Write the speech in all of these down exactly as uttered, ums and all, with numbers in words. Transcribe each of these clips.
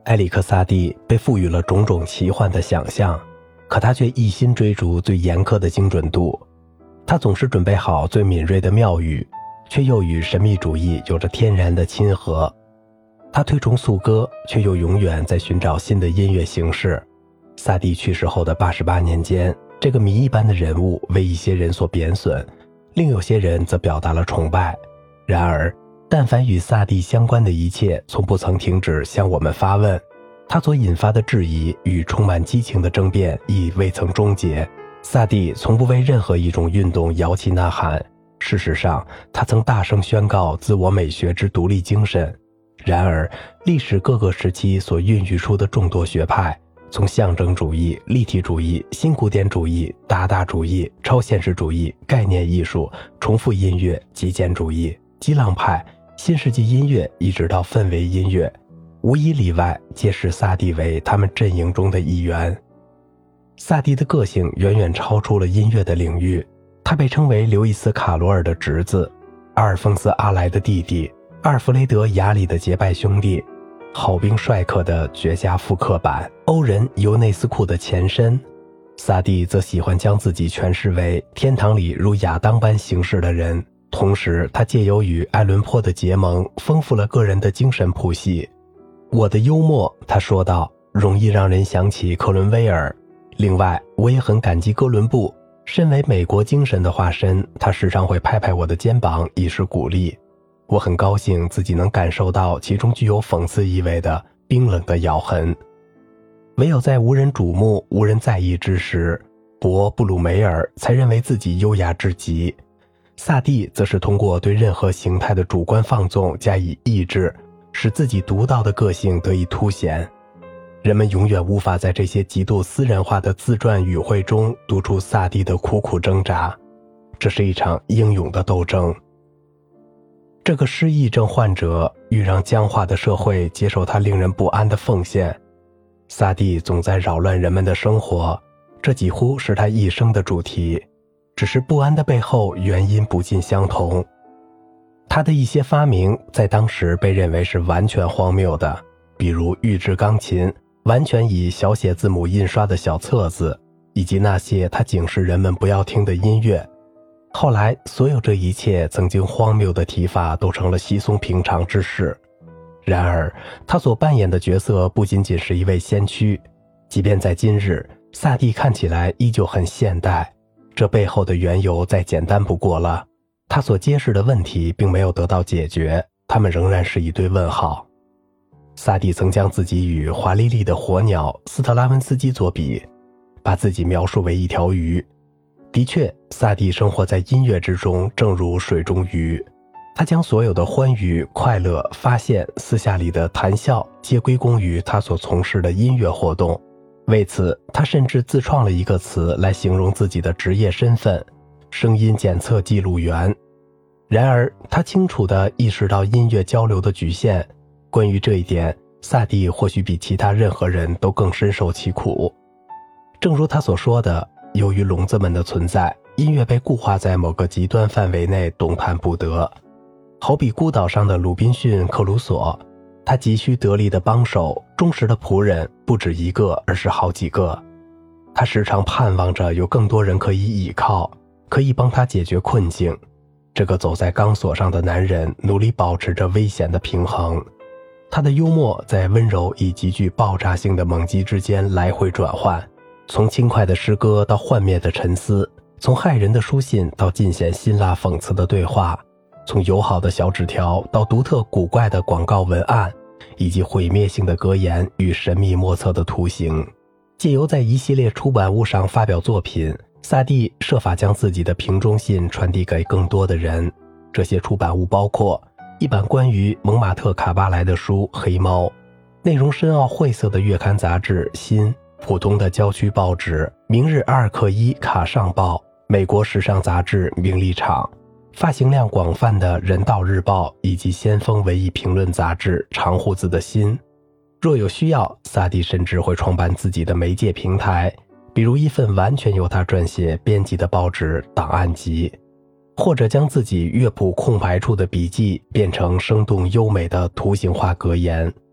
埃里克·萨蒂被赋予了种种奇幻的想象，可他却一心追逐最严苛的精准度。他总是准备好最敏锐的妙语，却又与神秘主义有着天然的亲和。他推崇素歌，却又永远在寻找新的音乐形式。萨蒂去世后的八十八年间，这个谜一般的人物为一些人所贬损，另有些人则表达了崇拜。然而，但凡与萨蒂相关的一切从不曾停止向我们发问，他所引发的质疑与充满激情的争辩亦未曾终结。萨蒂从不为任何一种运动摇旗呐喊，事实上，他曾大声宣告自我美学之独立精神。然而，历史各个时期所孕育出的众多学派，从象征主义、立体主义、新古典主义、达达主义、超现实主义、概念艺术、重复音乐、极简主义、激浪派、新世纪音乐，一直到氛围音乐，无一例外皆视萨蒂为他们阵营中的一员。萨蒂的个性远远超出了音乐的领域，他被称为刘易斯·卡罗尔的侄子，阿尔丰斯·阿莱的弟弟，阿尔弗雷德·雅里的结拜兄弟，好兵帅克的绝佳复刻版，欧人尤内斯库的前身。萨蒂则喜欢将自己诠释为天堂里如亚当般行事的人，同时他借由与爱伦坡的结盟，丰富了个人的精神谱系。我的幽默，他说道，容易让人想起克伦威尔。另外，我也很感激哥伦布，身为美国精神的化身，他时常会拍拍我的肩膀以示鼓励。我很高兴自己能感受到其中具有讽刺意味的冰冷的咬痕。唯有在无人瞩目、无人在意之时，博·布鲁梅尔才认为自己优雅至极。萨蒂则是通过对任何形态的主观放纵加以抑制，使自己独到的个性得以凸显。人们永远无法在这些极度私人化的自传语汇中读出萨蒂的苦苦挣扎，这是一场英勇的斗争。这个失忆症患者欲让僵化的社会接受他令人不安的奉献。萨蒂总在扰乱人们的生活，这几乎是他一生的主题，只是不安的背后原因不尽相同。他的一些发明在当时被认为是完全荒谬的，比如预制钢琴，完全以小写字母印刷的小册子，以及那些他警示人们不要听的音乐。后来，所有这一切曾经荒谬的提法都成了稀松平常之事。然而，他所扮演的角色不仅仅是一位先驱，即便在今日，萨蒂看起来依旧很现代，这背后的缘由再简单不过了。他所揭示的问题并没有得到解决，他们仍然是一堆问号。萨蒂曾将自己与华丽丽的火鸟斯特拉文斯基作比，把自己描述为一条鱼。的确，萨蒂生活在音乐之中，正如水中鱼。他将所有的欢愉、快乐、发现、私下里的谈笑皆归功于他所从事的音乐活动。为此，他甚至自创了一个词来形容自己的职业身份：声音检测记录员。然而，他清楚地意识到音乐交流的局限。关于这一点，萨蒂或许比其他任何人都更深受其苦。正如他所说的，由于聋子们的存在，音乐被固化在某个极端范围内，动弹不得。好比孤岛上的鲁滨逊·克鲁索，他急需得力的帮手，忠实的仆人不止一个，而是好几个。他时常盼望着有更多人可以倚靠，可以帮他解决困境。这个走在钢索上的男人努力保持着危险的平衡。他的幽默在温柔以极具爆炸性的猛击之间来回转换，从轻快的诗歌到幻灭的沉思，从骇人的书信到尽显辛辣讽刺的对话，从友好的小纸条到独特古怪的广告文案，以及毁灭性的格言与神秘莫测的图形。借由在一系列出版物上发表作品，萨蒂设法将自己的瓶中信传递给更多的人。这些出版物包括一版关于蒙马特卡巴莱的书《黑猫》，内容深奥晦涩的月刊杂志《新》，普通的郊区报纸《明日阿尔克伊卡上报》，美国时尚杂志《名利场》，发行量广泛的《人道日报》以及先锋文艺评论杂志《长胡子的心》。若有需要，萨蒂甚至会创办自己的媒介平台，比如一份完全由他撰写编辑的报纸档案集，或者将自己乐谱空白处的笔记变成生动优美的图形化格言。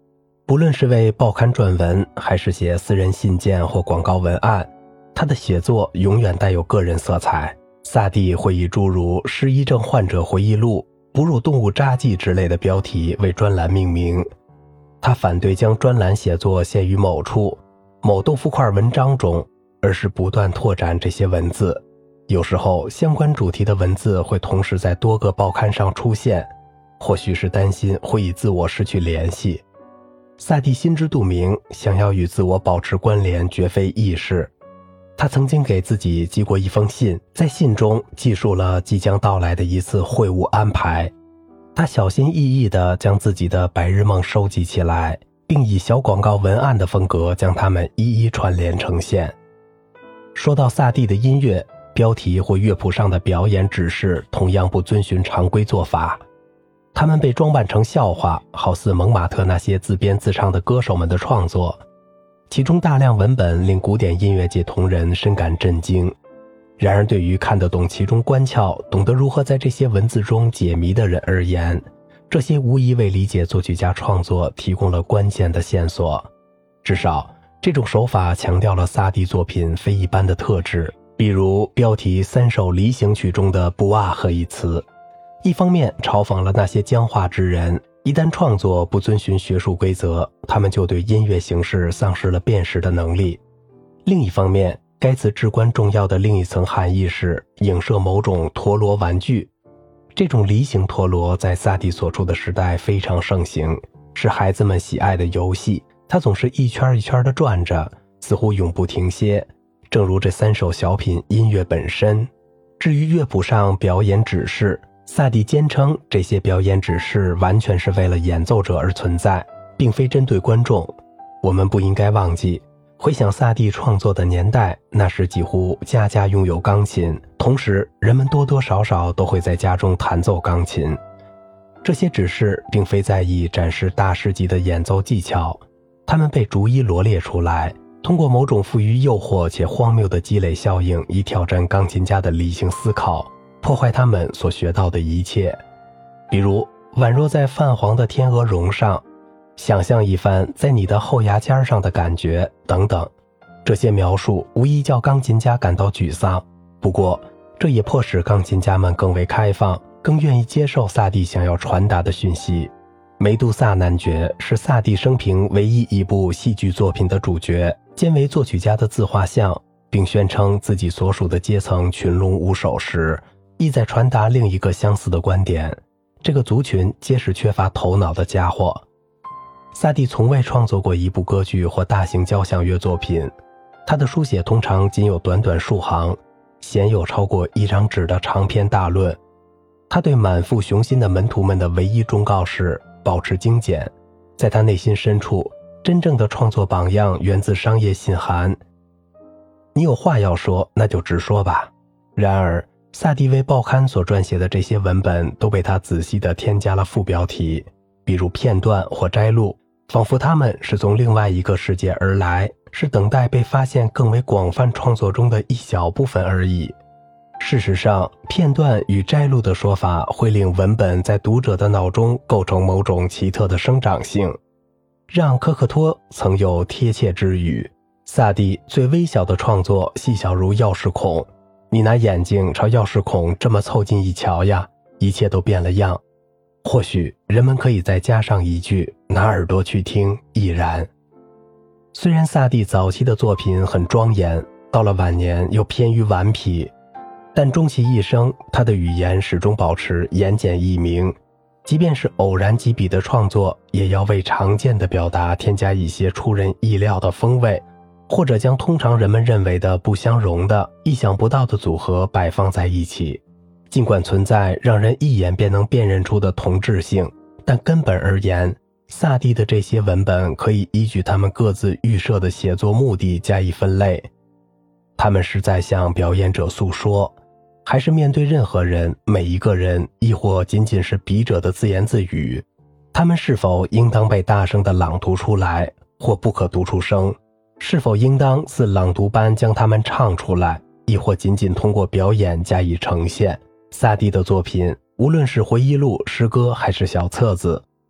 不论是为报刊撰文，还是写私人信件或广告文案，他的写作永远带有个人色彩。萨蒂会以诸如失忆症患者回忆录、哺乳动物札记之类的标题为专栏命名。他反对将专栏写作限于某处、某豆腐块文章中，而是不断拓展这些文字。有时候相关主题的文字会同时在多个报刊上出现，或许是担心会与自我失去联系。萨蒂心知肚明，想要与自我保持关联绝非易事。他曾经给自己寄过一封信，在信中记述了即将到来的一次会晤安排。他小心翼翼地将自己的白日梦收集起来，并以小广告文案的风格将它们一一串联呈现。说到萨蒂的音乐，标题或乐谱上的表演指示同样不遵循常规做法，他们被装扮成笑话，好似蒙马特那些自编自唱的歌手们的创作。其中大量文本令古典音乐界同仁深感震惊，然而对于看得懂其中关窍、懂得如何在这些文字中解谜的人而言，这些无疑为理解作曲家创作提供了关键的线索。至少这种手法强调了萨蒂作品非一般的特质，比如标题三首离行曲中的不啊和一词，一方面嘲讽了那些僵化之人，一旦创作不遵循学术规则，他们就对音乐形式丧失了辨识的能力。另一方面，该词至关重要的另一层含义是影射某种陀螺玩具。这种梨形陀螺在萨蒂所处的时代非常盛行，是孩子们喜爱的游戏。它总是一圈一圈地转着，似乎永不停歇，正如这三首小品音乐本身。至于乐谱上表演指示，萨蒂坚称这些表演指示完全是为了演奏者而存在，并非针对观众。我们不应该忘记，回想萨蒂创作的年代，那时几乎家家拥有钢琴，同时人们多多少少都会在家中弹奏钢琴。这些指示并非在意展示大师级的演奏技巧，它们被逐一罗列出来，通过某种富于诱惑且荒谬的积累效应，以挑战钢琴家的理性思考，破坏他们所学到的一切。比如宛若在泛黄的天鹅绒上，想象一番在你的后牙尖上的感觉等等。这些描述无疑叫钢琴家感到沮丧，不过这也迫使钢琴家们更为开放，更愿意接受萨蒂想要传达的讯息。梅杜萨男爵是萨蒂生平唯一一部戏剧作品的主角，兼为作曲家的自画像，并宣称自己所属的阶层群龙无首时，意在传达另一个相似的观点：这个族群皆是缺乏头脑的家伙。萨蒂从未创作过一部歌剧或大型交响乐作品，他的书写通常仅有短短数行，鲜有超过一张纸的长篇大论。他对满腹雄心的门徒们的唯一忠告是保持精简。在他内心深处，真正的创作榜样源自商业信函。你有话要说，那就直说吧。然而萨蒂为报刊所撰写的这些文本都被他仔细地添加了副标题，比如片段或摘录，仿佛他们是从另外一个世界而来，是等待被发现更为广泛创作中的一小部分而已。事实上，片段与摘录的说法会令文本在读者的脑中构成某种奇特的生长性。让科克托曾有贴切之语，萨蒂最微小的创作细小如钥匙孔，你拿眼睛朝钥匙孔这么凑近一瞧呀，一切都变了样。或许人们可以再加上一句，拿耳朵去听亦然。虽然萨蒂早期的作品很庄严，到了晚年又偏于顽皮，但终其一生，他的语言始终保持言简意明，即便是偶然几笔的创作，也要为常见的表达添加一些出人意料的风味，或者将通常人们认为的不相容的、意想不到的组合摆放在一起。尽管存在让人一眼便能辨认出的同质性，但根本而言，萨蒂的这些文本可以依据他们各自预设的写作目的加以分类。他们是在向表演者诉说，还是面对任何人、每一个人，亦或仅仅是笔者的自言自语？他们是否应当被大声地朗读出来，或不可读出声？是否应当似朗读般将它们唱出来，亦或仅仅通过表演加以呈现？萨蒂的作品，无论是回忆录、诗歌还是小册子，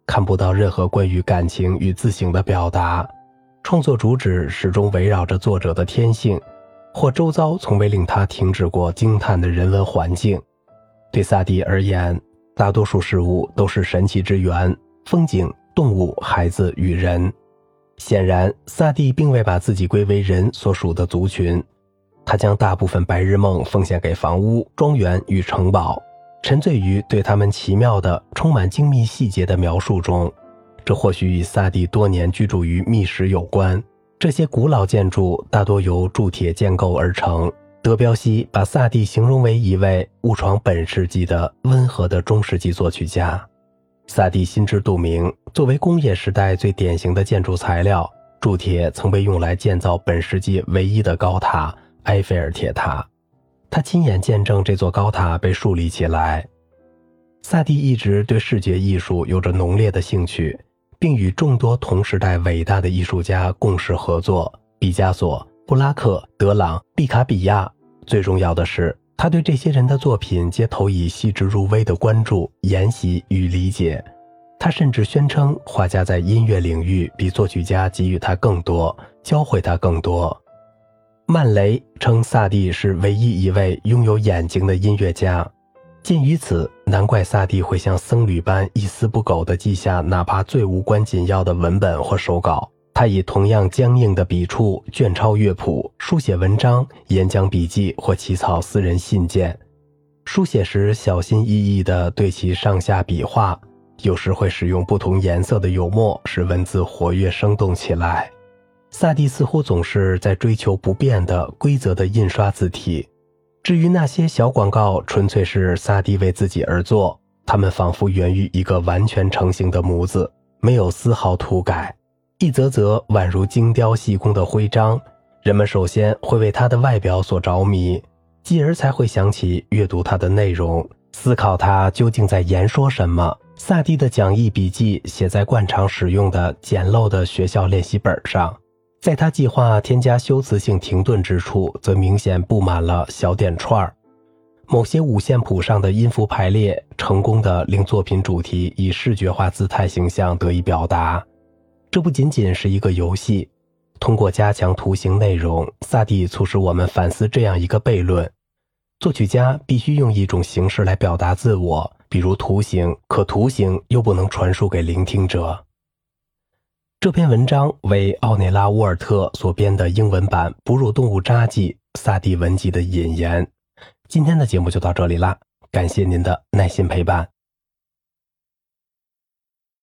看不到任何关于感情与自省的表达，创作主旨始终围绕着作者的天性，或周遭从未令他停止过惊叹的人文环境。对萨蒂而言，大多数事物都是神奇之源，风景、动物、孩子与人。显然，萨蒂并未把自己归为人所属的族群，他将大部分白日梦奉献给房屋、庄园与城堡，沉醉于对他们奇妙的、充满精密细节的描述中。这或许与萨蒂多年居住于密室有关。这些古老建筑大多由铸铁建构而成。德彪西把萨蒂形容为一位误闯本世纪的温和的中世纪作曲家。萨蒂心知肚明，作为工业时代最典型的建筑材料，铸铁曾被用来建造本世纪唯一的高塔——埃菲尔铁塔。他亲眼见证这座高塔被树立起来。萨蒂一直对视觉艺术有着浓烈的兴趣，并与众多同时代伟大的艺术家共事合作，毕加索、布拉克、德朗、毕卡比亚。最重要的是，他对这些人的作品皆投以细致入微的关注、研习与理解。他甚至宣称，画家在音乐领域比作曲家给予他更多，教会他更多。曼雷称萨蒂是唯一一位拥有眼睛的音乐家。鉴于此，难怪萨蒂会像僧侣般一丝不苟地记下哪怕最无关紧要的文本或手稿。他以同样僵硬的笔触卷抄乐谱，书写文章、演讲笔记或起草私人信件。书写时小心翼翼地对其上下笔画，有时会使用不同颜色的油墨，使文字活跃生动起来。萨蒂似乎总是在追求不变的规则的印刷字体。至于那些小广告，纯粹是萨蒂为自己而做，它们仿佛源于一个完全成型的模子，没有丝毫涂改。一则则宛如精雕细工的徽章，人们首先会为它的外表所着迷，继而才会想起阅读它的内容，思考它究竟在言说什么。萨蒂的讲义笔记写在惯常使用的简陋的学校练习本上，在他计划添加修辞性停顿之处，则明显布满了小点串。某些五线谱上的音符排列，成功地令作品主题以视觉化姿态形象得以表达。这不仅仅是一个游戏，通过加强图形内容，萨蒂促使我们反思这样一个悖论：作曲家必须用一种形式来表达自我，比如图形，可图形又不能传输给聆听者。这篇文章为奥内拉·沃尔特所编的英文版《哺乳动物札记》萨蒂文集的引言。今天的节目就到这里啦，感谢您的耐心陪伴。